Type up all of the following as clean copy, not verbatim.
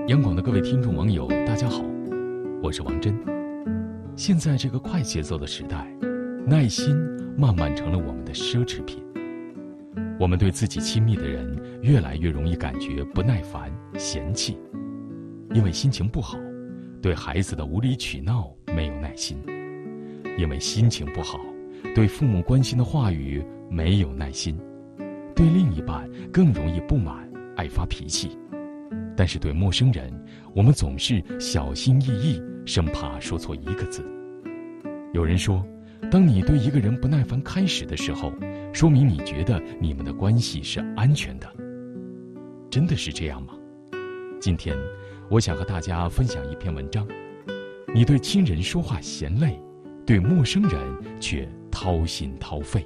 央广的各位听众网友，大家好，我是王真。现在这个快节奏的时代，耐心慢慢成了我们的奢侈品。我们对自己亲密的人越来越容易感觉不耐烦、嫌弃，因为心情不好，对孩子的无理取闹没有耐心；因为心情不好，对父母关心的话语没有耐心；对另一半更容易不满，爱发脾气。但是对陌生人，我们总是小心翼翼，生怕说错一个字。有人说，当你对一个人不耐烦开始的时候，说明你觉得你们的关系是安全的。真的是这样吗？今天我想和大家分享一篇文章：你对亲人说话嫌累，对陌生人却掏心掏肺。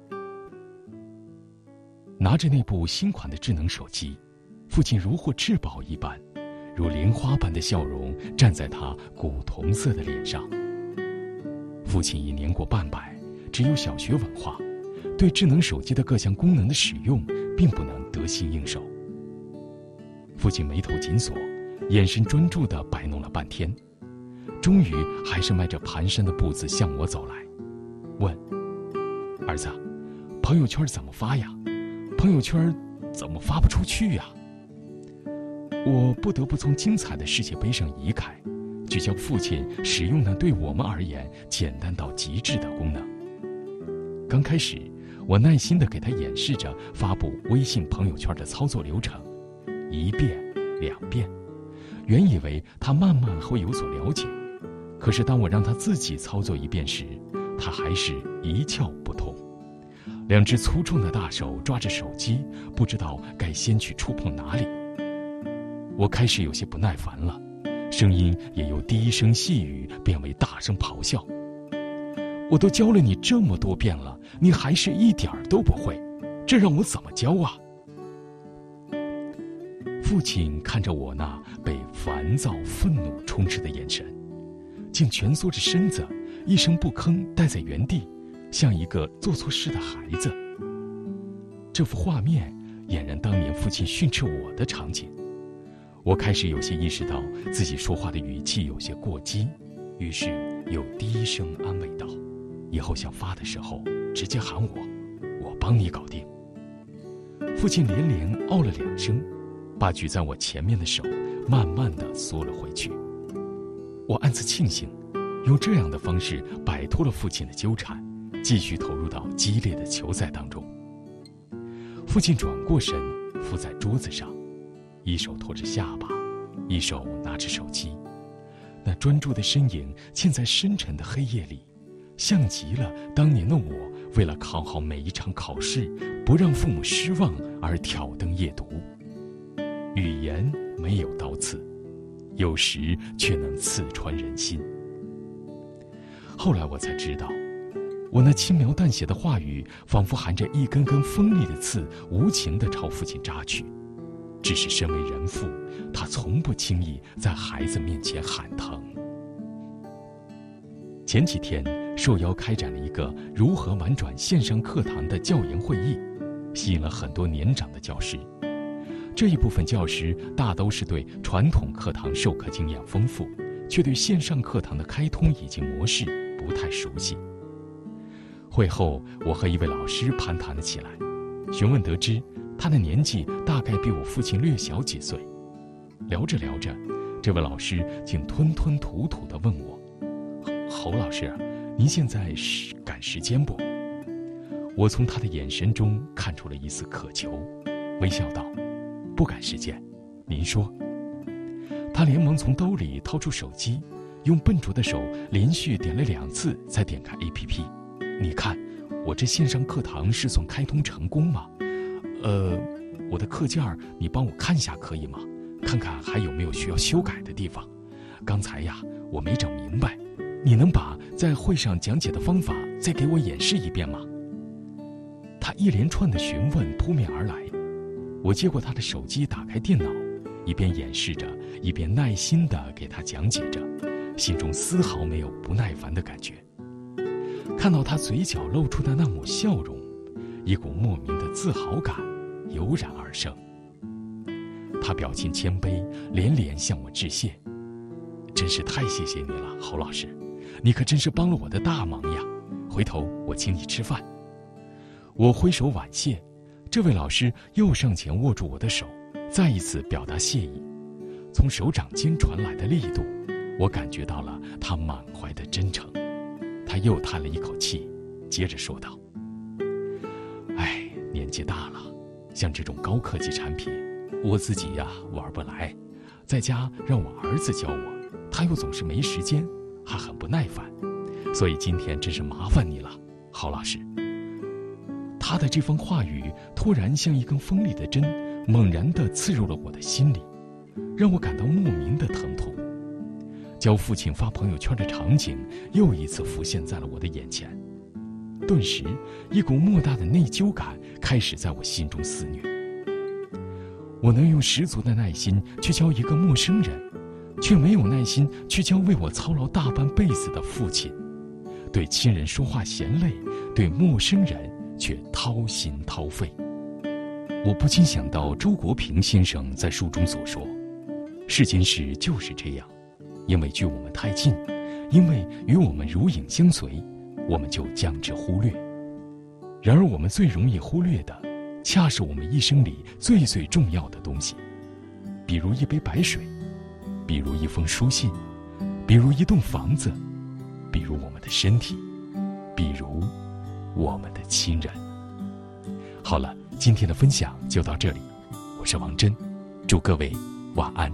拿着那部新款的智能手机，父亲如获至宝一般，如莲花般的笑容站在他古铜色的脸上。父亲已年过半百，只有小学文化，对智能手机的各项功能的使用并不能得心应手。父亲眉头紧锁，眼神专注地摆弄了半天，终于还是迈着蹒跚的步子向我走来，问：儿子，朋友圈怎么发呀？朋友圈怎么发不出去呀？我不得不从精彩的世界杯上移开，聚焦父亲使用那对我们而言简单到极致的功能。刚开始，我耐心地给他演示着发布微信朋友圈的操作流程，1遍、2遍，原以为他慢慢会有所了解。可是当我让他自己操作一遍时，他还是一窍不通。两只粗重的大手抓着手机，不知道该先去触碰哪里。我开始有些不耐烦了，声音也由低声细语变为大声咆哮。我都教了你这么多遍了，你还是一点儿都不会，这让我怎么教啊？父亲看着我那被烦躁、愤怒充斥的眼神，竟蜷缩着身子，一声不吭待在原地，像一个做错事的孩子。这幅画面俨然当年父亲训斥我的场景。我开始有些意识到自己说话的语气有些过激，于是又低声安慰道：以后想发的时候直接喊我帮你搞定。父亲连连哦了2声，把举在我前面的手慢慢地缩了回去。我暗自庆幸，用这样的方式摆脱了父亲的纠缠，继续投入到激烈的球赛当中。父亲转过身，伏在桌子上，一手托着下巴，一手拿着手机，那专注的身影嵌在深沉的黑夜里，像极了当年的我为了考好每一场考试，不让父母失望而挑灯夜读。语言没有刀刺，有时却能刺穿人心。后来我才知道，我那轻描淡写的话语仿佛含着一根根锋利的刺，无情地朝父亲扎去。只是身为人父，他从不轻易在孩子面前喊疼。前几天受邀开展了一个如何玩转线上课堂的教研会议，吸引了很多年长的教师。这一部分教师大都是对传统课堂授课经验丰富，却对线上课堂的开通以及模式不太熟悉。会后，我和一位老师攀谈了起来，询问得知他的年纪大概比我父亲略小几岁。聊着聊着，这位老师竟吞吞吐吐地问我：侯老师，您现在是赶时间不？我从他的眼神中看出了一丝渴求，微笑道：不赶时间，您说。他连忙从兜里掏出手机，用笨拙的手连续点了2次才点开 APP。你看，我这线上课堂是算开通成功吗？我的课件你帮我看一下可以吗？看看还有没有需要修改的地方。刚才呀，我没整明白，你能把在会上讲解的方法再给我演示一遍吗？他一连串的询问扑面而来，我接过他的手机，打开电脑，一边演示着，一边耐心地给他讲解着，心中丝毫没有不耐烦的感觉。看到他嘴角露出的那抹笑容，一股莫名的自豪感油然而生。 他表情谦卑，连连向我致谢。真是太谢谢你了，侯老师，你可真是帮了我的大忙呀！回头我请你吃饭。我挥手婉谢，这位老师又上前握住我的手，再一次表达谢意。从手掌间传来的力度，我感觉到了他满怀的真诚。他又叹了一口气，接着说道：哎，年纪大了，像这种高科技产品，我自己呀玩不来，在家让我儿子教我，他又总是没时间，还很不耐烦，所以今天真是麻烦你了，郝老师。他的这番话语突然像一根锋利的针，猛然地刺入了我的心里，让我感到莫名的疼痛。教父亲发朋友圈的场景又一次浮现在了我的眼前，顿时一股莫大的内疚感开始在我心中肆虐。我能用十足的耐心去教一个陌生人，却没有耐心去教为我操劳大半辈子的父亲。对亲人说话嫌累，对陌生人却掏心掏肺。我不禁想到周国平先生在书中所说，世间事就是这样，因为距我们太近，因为与我们如影相随，我们就将之忽略。然而我们最容易忽略的，恰是我们一生里最最重要的东西，比如一杯白水，比如一封书信，比如一栋房子，比如我们的身体，比如我们的亲人。好了，今天的分享就到这里，我是王真，祝各位晚安。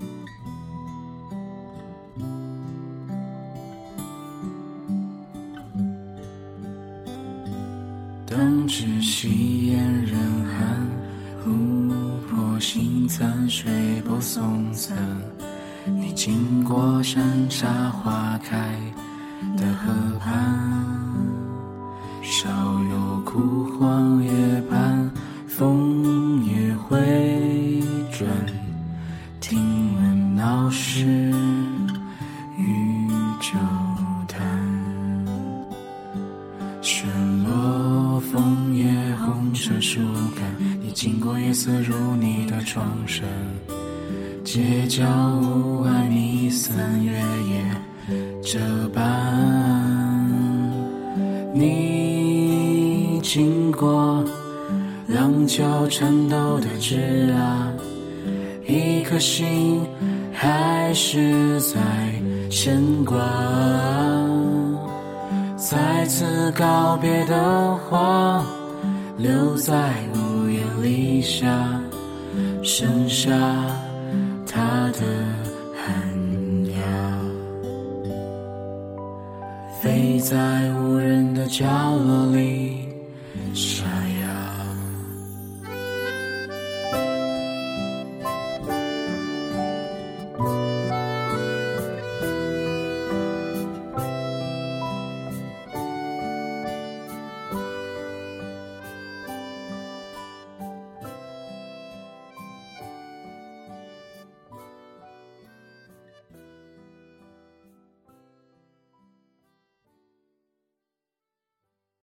当知夕烟人寒，湖泊星残，水波送残。你经过山茶花开的河畔，少有枯黄叶畔，枫叶回转，听闻闹市渔舟谈。雪落枫叶红成树干，你经过夜色如你的窗扇，街角雾霭弥散，月夜这般。你经过廊桥颤抖的枝桠，一颗心还是在牵挂。再次告别的话，留在屋檐底下，剩下他的寒鸦。飞在无人的角落里沙哑。